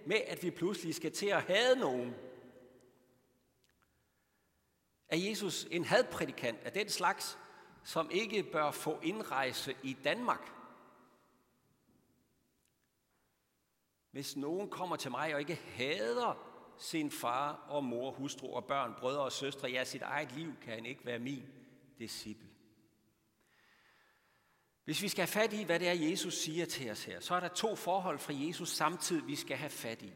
med, at vi pludselig skal til at hade nogen? Er Jesus en hadprædikant af den slags, som ikke bør få indrejse i Danmark? Hvis nogen kommer til mig og ikke hader sin far og mor, hustru og børn, brødre og søstre, ja, sit eget liv, kan han ikke være min disciple. Hvis vi skal have fat i, hvad det er, Jesus siger til os her, så er der 2 forhold fra Jesus samtidig, vi skal have fat i.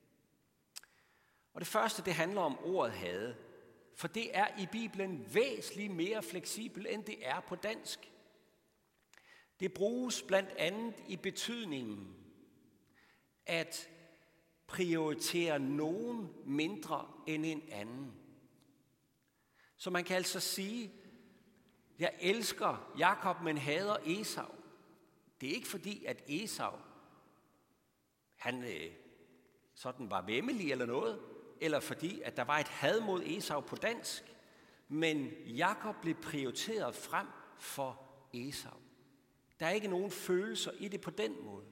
Og det første, det handler om ordet hade. For det er i Bibelen væsentligt mere fleksibelt, end det er på dansk. Det bruges blandt andet i betydningen at prioritere nogen mindre end en anden. Så man kan altså sige, jeg elsker Jakob, men hader Esau. Det er ikke fordi, at Esau, han sådan var væmmelig eller noget, eller fordi, at der var et had mod Esau på dansk, men Jakob blev prioriteret frem for Esau. Der er ikke nogen følelser i det på den måde.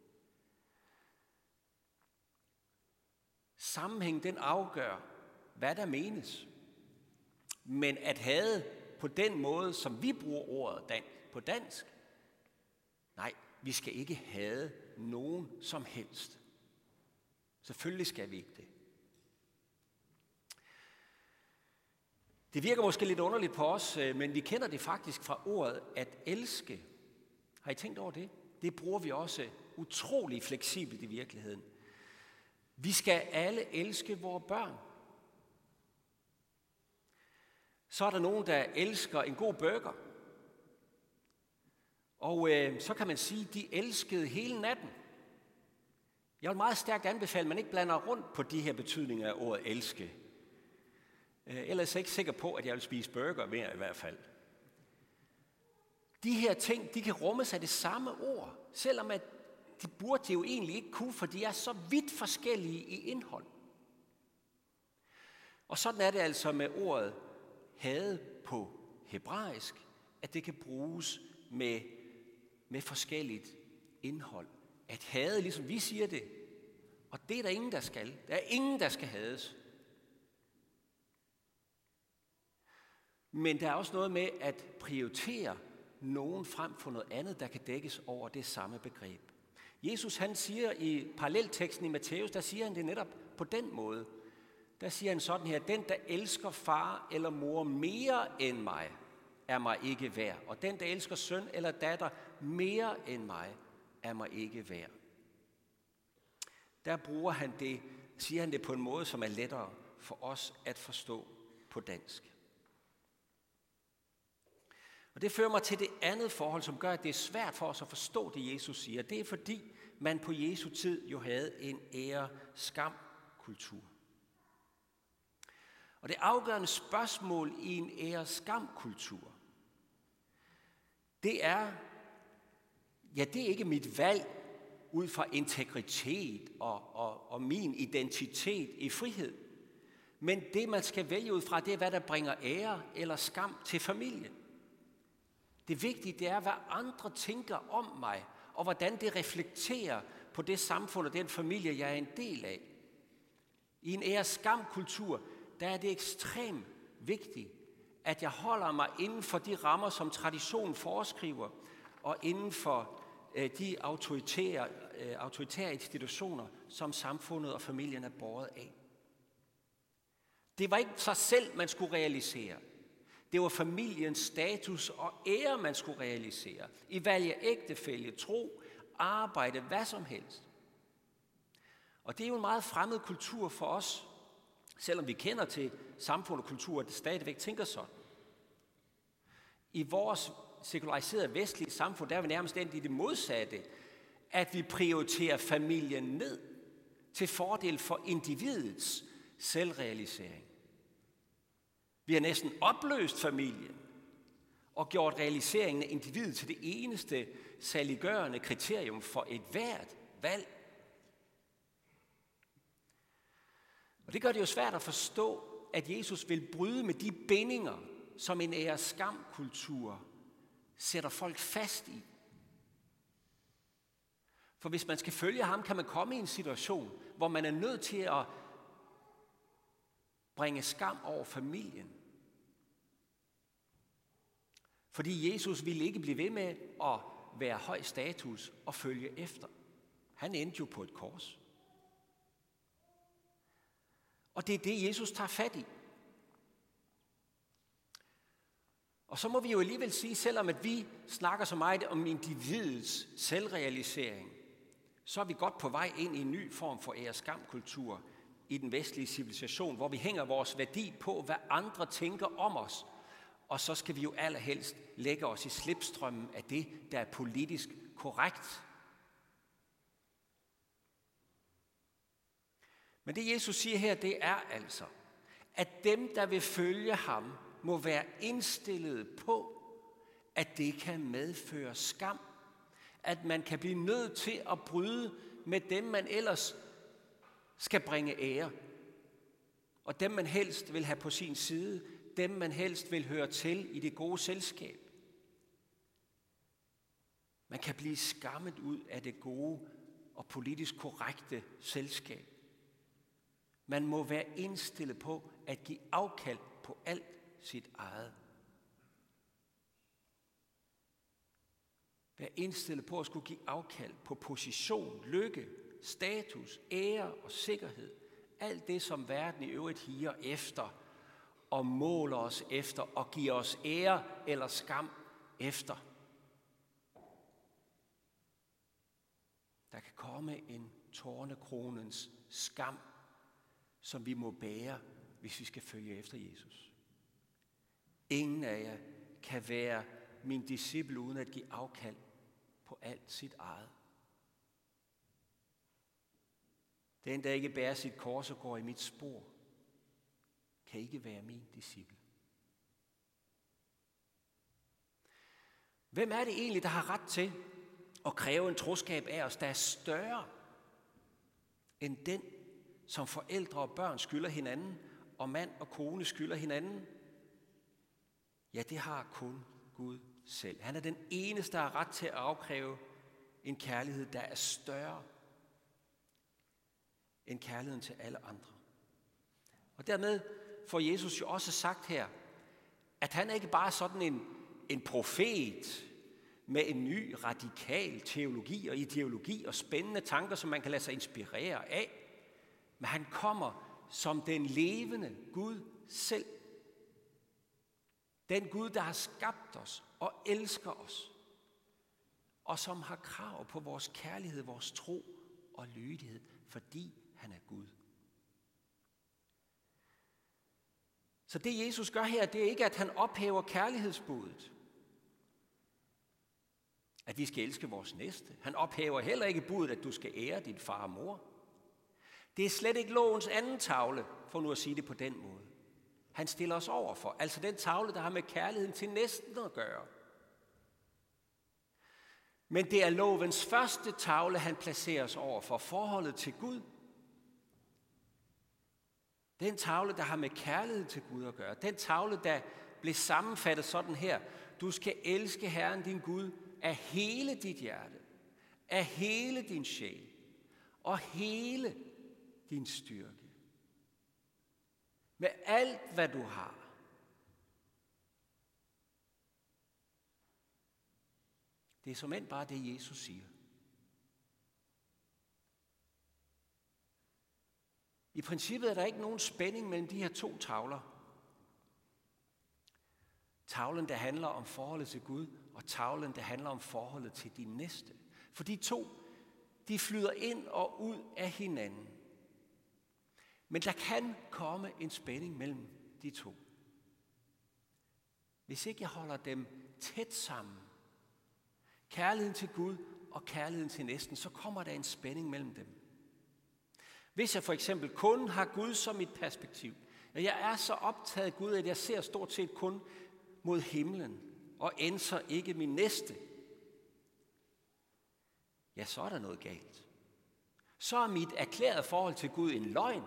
Sammenhæng, den afgør, hvad der menes. Men at hade på den måde, som vi bruger ordet på dansk, nej, vi skal ikke hade nogen som helst. Selvfølgelig skal vi ikke det. Det virker måske lidt underligt på os, men vi kender det faktisk fra ordet at elske. Har I tænkt over det? Det bruger vi også utrolig fleksibelt i virkeligheden. Vi skal alle elske vores børn. Så er der nogen, der elsker en god burger. Og så kan man sige, at de elskede hele natten. Jeg vil meget stærkt anbefale, at man ikke blander rundt på de her betydninger af ordet elske. Ellers er jeg ikke sikker på, at jeg vil spise burger mere i hvert fald. De her ting, de kan rummes af det samme ord, selvom at de burde jo egentlig ikke kunne, for de er så vidt forskellige i indhold. Og sådan er det altså med ordet hade på hebraisk, at det kan bruges med forskelligt indhold. At hade, ligesom vi siger det, og det er der ingen, der skal. Der er ingen, der skal hades. Men der er også noget med at prioritere nogen frem for noget andet, der kan dækkes over det samme begreb. Jesus, han siger i parallelteksten i Matthæus, der siger han det netop på den måde. Der siger han sådan her: den, der elsker far eller mor mere end mig, er mig ikke værd. Og den, der elsker søn eller datter mere end mig, er mig ikke værd. Der siger han det på en måde, som er lettere for os at forstå på dansk. Og det fører mig til det andet forhold, som gør, at det er svært for os at forstå det, Jesus siger. Det er fordi, man på Jesu tid jo havde en ære-skam-kultur. Og det afgørende spørgsmål i en ære-skam-kultur, det er ikke mit valg ud fra integritet og min identitet i frihed. Men det, man skal vælge ud fra, det er, hvad der bringer ære eller skam til familien. Det vigtige, det er, hvad andre tænker om mig, og hvordan det reflekterer på det samfund og den familie, jeg er en del af. I en ære-skam-kultur, der er det ekstremt vigtigt, at jeg holder mig inden for de rammer, som traditionen foreskriver, og inden for de autoritære institutioner, som samfundet og familien er båret af. Det var ikke sig selv, man skulle realisere. Det var familiens status og ære, man skulle realisere. I valg af ægtefælle, tro, arbejde, hvad som helst. Og det er jo en meget fremmed kultur for os, selvom vi kender til samfund og kultur, at det stadigvæk tænker sådan. I vores sekulariserede vestlige samfund, der er vi nærmest endt i det modsatte, at vi prioriterer familien ned til fordel for individets selvrealisering. Vi har næsten opløst familien og gjort realiseringen af individet til det eneste saliggørende kriterium for et hvert valg. Og det gør det jo svært at forstå, at Jesus vil bryde med de bindinger, som en ære-skam-kultur sætter folk fast i. For hvis man skal følge ham, kan man komme i en situation, hvor man er nødt til at bringe skam over familien. Fordi Jesus ville ikke blive ved med at være høj status og følge efter. Han endte jo på et kors. Og det er det, Jesus tager fat i. Og så må vi jo alligevel sige, selvom at vi snakker så meget om individets selvrealisering, så er vi godt på vej ind i en ny form for ære-skam-kultur i den vestlige civilisation, hvor vi hænger vores værdi på, hvad andre tænker om os. Og så skal vi jo allerhelst lægge os i slipstrømmen af det, der er politisk korrekt. Men det Jesus siger her, det er altså, at dem, der vil følge ham, må være indstillet på, at det kan medføre skam. At man kan blive nødt til at bryde med dem, man ellers skal bringe ære. Og dem, man helst vil have på sin side, dem, man helst vil høre til i det gode selskab. Man kan blive skammet ud af det gode og politisk korrekte selskab. Man må være indstillet på at give afkald på alt sit eget. Vær indstillet på at skulle give afkald på position, lykke, status, ære og sikkerhed. Alt det, som verden i øvrigt higer efter og måler os efter og giver os ære eller skam efter. Der kan komme en tornekronens skam, som vi må bære, hvis vi skal følge efter Jesus. Ingen af jer kan være min disciple uden at give afkald på alt sit eget. Den, der ikke bærer sit kors og går i mit spor, kan ikke være min disciple. Hvem er det egentlig, der har ret til at kræve en troskab af os, der er større end den, som forældre og børn skylder hinanden, og mand og kone skylder hinanden? Ja, det har kun Gud selv. Han er den eneste, der har ret til at afkræve en kærlighed, der er større end kærligheden til alle andre. Og dermed får Jesus jo også sagt her, at han er ikke bare sådan en profet med en ny radikal teologi og ideologi og spændende tanker, som man kan lade sig inspirere af, men han kommer som den levende Gud selv. Den Gud, der har skabt os og elsker os, og som har krav på vores kærlighed, vores tro og lydighed, fordi han er Gud. Så det Jesus gør her, det er ikke, at han ophæver kærlighedsbudet. At vi skal elske vores næste. Han ophæver heller ikke budet, at du skal ære din far og mor. Det er slet ikke lovens anden tavle, for nu at sige det på den måde. Han stiller os over for, altså den tavle, der har med kærligheden til næsten at gøre. Men det er lovens første tavle, han placerer os over for, forholdet til Gud. Den tavle, der har med kærlighed til Gud at gøre. Den tavle, der blev sammenfattet sådan her. Du skal elske Herren din Gud af hele dit hjerte, af hele din sjæl og hele din styrke. Med alt, hvad du har. Det er såmænd bare det, Jesus siger. I princippet er der ikke nogen spænding mellem de her to tavler. Tavlen, der handler om forholdet til Gud, og tavlen, der handler om forholdet til din næste. For de to, de flyder ind og ud af hinanden. Men der kan komme en spænding mellem de to. Hvis ikke jeg holder dem tæt sammen, kærligheden til Gud og kærligheden til næsten, så kommer der en spænding mellem dem. Hvis jeg for eksempel kun har Gud som mit perspektiv, og jeg er så optaget af Gud, at jeg ser stort set kun mod himlen, og ændrer ikke min næste, ja, så er der noget galt. Så er mit erklærede forhold til Gud en løgn.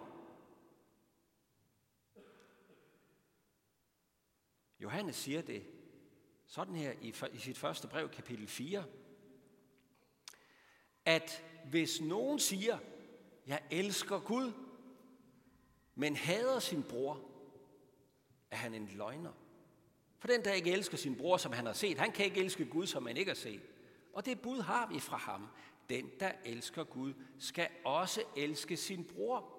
Johannes siger det sådan her i sit første brev, kapitel 4, at hvis nogen siger, jeg elsker Gud, men hader sin bror, er han en løgner. For den, der ikke elsker sin bror, som han har set, han kan ikke elske Gud, som han ikke har set. Og det bud har vi fra ham. Den, der elsker Gud, skal også elske sin bror.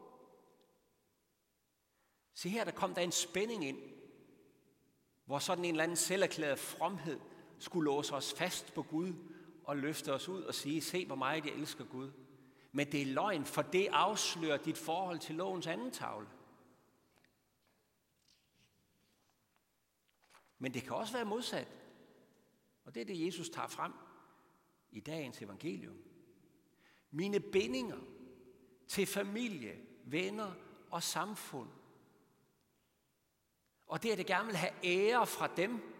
Se her, der kom der en spænding ind, hvor sådan en eller anden selverklæret fromhed skulle låse os fast på Gud og løfte os ud og sige, se hvor meget jeg elsker Gud. Men det er løgn, for det afslører dit forhold til lovens anden tavle. Men det kan også være modsat. Og det er det, Jesus tager frem i dagens evangelium. Mine bindinger til familie, venner og samfund. Og det, at jeg gerne vil have ære fra dem,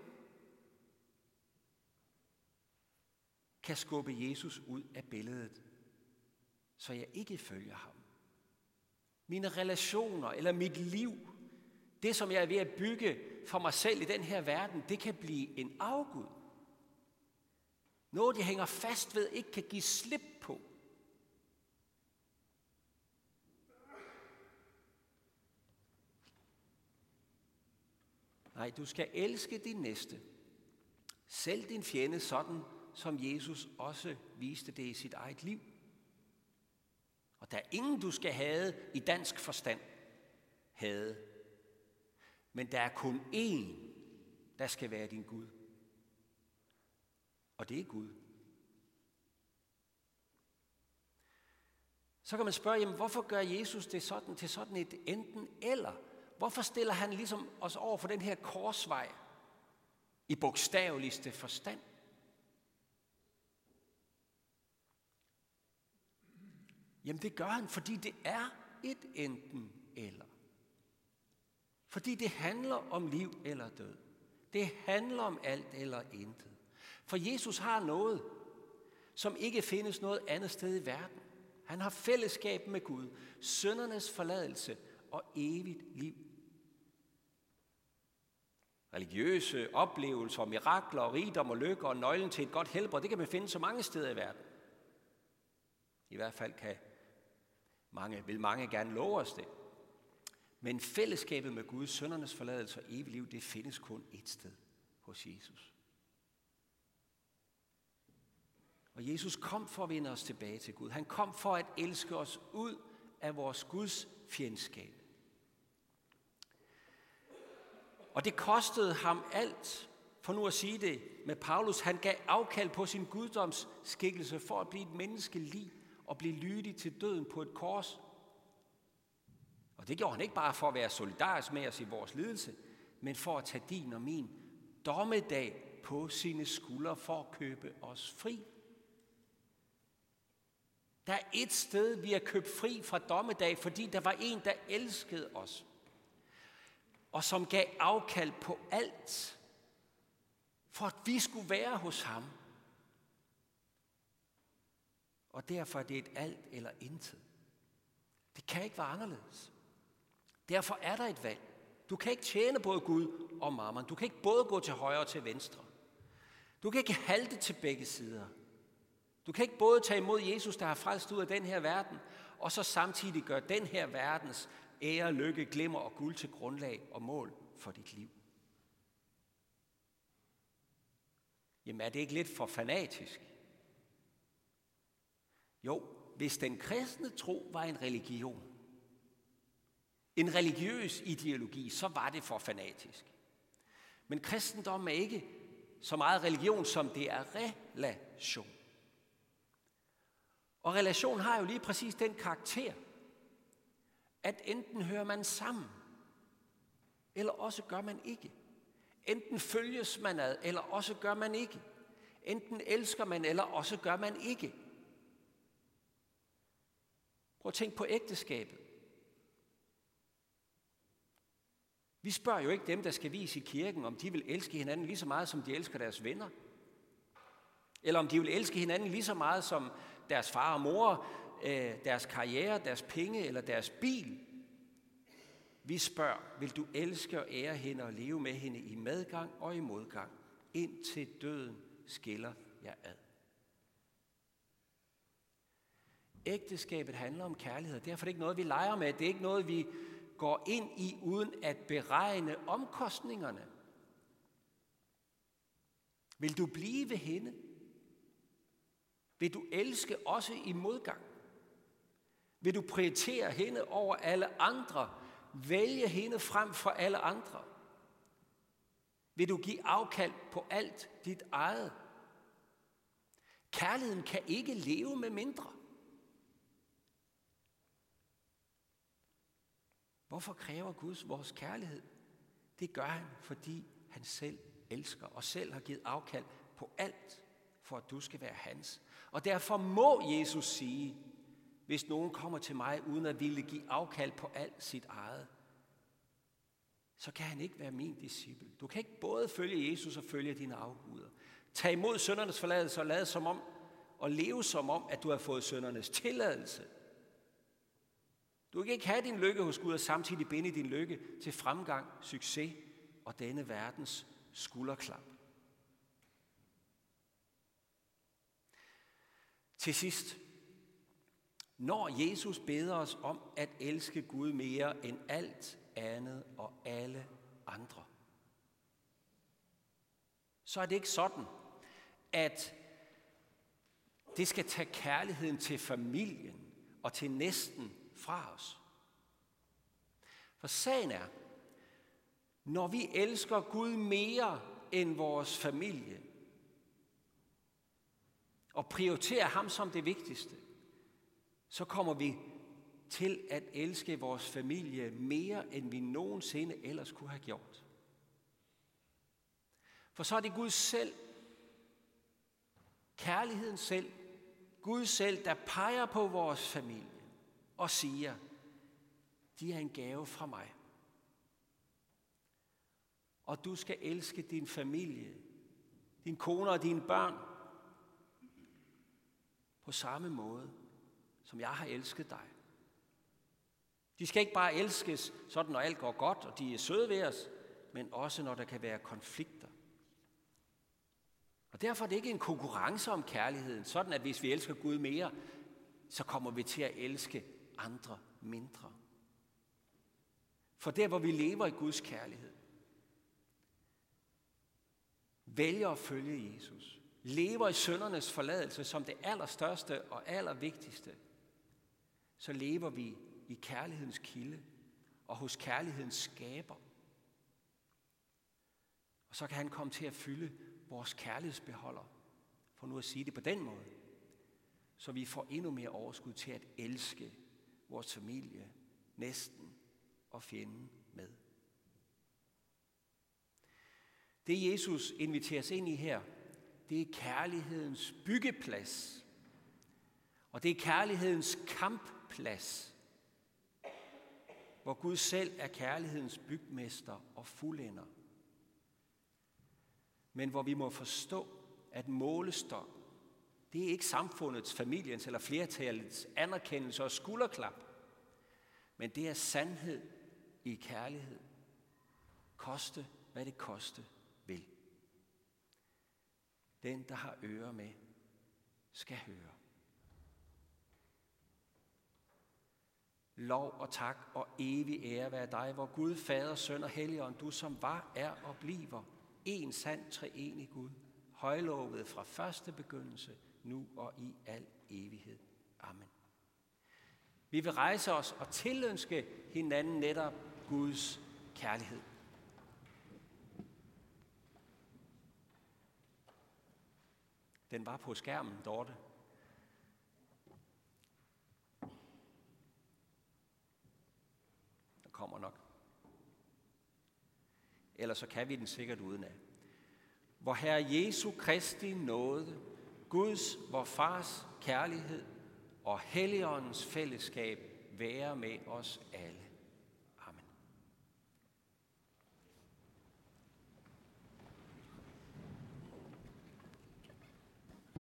kan skubbe Jesus ud af billedet, så jeg ikke følger ham. Mine relationer eller mit liv, det som jeg er ved at bygge for mig selv i den her verden, det kan blive en afgud. Noget, jeg hænger fast ved, ikke kan give slip på. Nej, du skal elske din næste. Selv din fjende, sådan som Jesus også viste det i sit eget liv. Og der er ingen, du skal hade i dansk forstand. Hade. Men der er kun én, der skal være din Gud. Og det er Gud. Så kan man spørge, jamen, hvorfor gør Jesus det sådan til sådan et enten eller? Hvorfor stiller han ligesom os over for den her korsvej i bogstaveligste forstand? Jamen det gør han, fordi det er et enten eller. Fordi det handler om liv eller død. Det handler om alt eller intet. For Jesus har noget, som ikke findes noget andet sted i verden. Han har fællesskab med Gud, syndernes forladelse og evigt liv. Religiøse oplevelser, mirakler og rigdom og lykke og nøglen til et godt helbred, det kan man finde så mange steder i verden. I hvert fald vil mange gerne love os det. Men fællesskabet med Gud, syndernes forladelse og evigt liv, det findes kun ét sted, hos Jesus. Og Jesus kom for at vinde os tilbage til Gud. Han kom for at elske os ud af vores Guds fjendskab. Og det kostede ham alt, for nu at sige det med Paulus, han gav afkald på sin guddomsskikkelse for at blive et menneskelig og blive lydig til døden på et kors. Og det gjorde han ikke bare for at være solidarisk med os i vores lidelse, men for at tage din og min dommedag på sine skuldre for at købe os fri. Der er et sted, vi er købt fri fra dommedag, fordi der var en, der elskede os, og som gav afkald på alt, for at vi skulle være hos ham. Og derfor er det et alt eller intet. Det kan ikke være anderledes. Derfor er der et valg. Du kan ikke tjene både Gud og mammon. Du kan ikke både gå til højre og til venstre. Du kan ikke halte til begge sider. Du kan ikke både tage imod Jesus, der har frelst ud af den her verden, og så samtidig gøre den her verdens ære, lykke, glimmer og guld til grundlag og mål for dit liv. Jamen er det ikke lidt for fanatisk? Jo, hvis den kristne tro var en religion, en religiøs ideologi, så var det for fanatisk. Men kristendom er ikke så meget religion, som det er relation. Og relation har jo lige præcis den karakter, at enten hører man sammen, eller også gør man ikke. Enten følges man ad, eller også gør man ikke. Enten elsker man, eller også gør man ikke. Prøv at tænke på ægteskabet. Vi spørger jo ikke dem, der skal vies i kirken, om de vil elske hinanden lige så meget, som de elsker deres venner. Eller om de vil elske hinanden lige så meget, som deres far og mor, deres karriere, deres penge eller deres bil. Vi spørger, vil du elske og ære hende og leve med hende i medgang og i modgang, indtil døden skiller jer ad? Ægteskabet handler om kærlighed. Derfor er det ikke noget, vi leger med. Det er ikke noget, vi går ind i uden at beregne omkostningerne. Vil du blive ved hende? Vil du elske også i modgang? Vil du prioritere hende over alle andre? Vælge hende frem for alle andre? Vil du give afkald på alt dit eget? Kærligheden kan ikke leve med mindre. Hvorfor kræver Gud vores kærlighed? Det gør han, fordi han selv elsker og selv har givet afkald på alt, for at du skal være hans. Og derfor må Jesus sige, hvis nogen kommer til mig uden at ville give afkald på alt sit eget, så kan han ikke være min disciple. Du kan ikke både følge Jesus og følge dine afguder. Tag imod syndernes forladelse og lad som om og leve som om, at du har fået syndernes tilladelse. Du kan ikke have din lykke hos Gud og samtidig binde din lykke til fremgang, succes og denne verdens skulderklap. Til sidst, når Jesus beder os om at elske Gud mere end alt andet og alle andre, så er det ikke sådan, at det skal tage kærligheden til familien og til næsten fra os. For sagen er, når vi elsker Gud mere end vores familie, og prioriterer ham som det vigtigste, så kommer vi til at elske vores familie mere, end vi nogensinde ellers kunne have gjort. For så er det Gud selv, kærligheden selv, Gud selv, der peger på vores familie og siger, de er en gave fra mig. Og du skal elske din familie, din kone og dine børn, på samme måde, som jeg har elsket dig. De skal ikke bare elskes, sådan når alt går godt, og de er søde ved os, men også når der kan være konflikter. Og derfor er det ikke en konkurrence om kærligheden, sådan at hvis vi elsker Gud mere, så kommer vi til at elske andre mindre. For der, hvor vi lever i Guds kærlighed, vælger at følge Jesus, lever i syndernes forladelse som det allerstørste og allervigtigste, så lever vi i kærlighedens kilde og hos kærlighedens skaber. Og så kan han komme til at fylde vores kærlighedsbeholder, for nu at sige det på den måde, så vi får endnu mere overskud til at elske vores familie, næsten og fjenden med. Det Jesus inviterer os ind i her, det er kærlighedens byggeplads. Og det er kærlighedens kampplads, hvor Gud selv er kærlighedens bygmester og fuldender. Men hvor vi må forstå, at målestokken, det er ikke samfundets, familiens eller flertallets anerkendelse og skulderklap, men det er sandhed i kærlighed. Koste, hvad det koste vil. Den, der har ører med, skal høre. Lov og tak og evig ære være dig, hvor Gud, Fader, Søn og Helligånd, du som var, er og bliver en sand treenig Gud, højlovet fra første begyndelse, nu og i al evighed. Amen. Vi vil rejse os og tilønske hinanden netop Guds kærlighed. Den var på skærmen, Dorte. Den kommer nok. Ellers så kan vi den sikkert udenad. Hvor Herre Jesu Kristi nåde, Guds, vor Fars kærlighed og Helligåndens fællesskab være med os alle.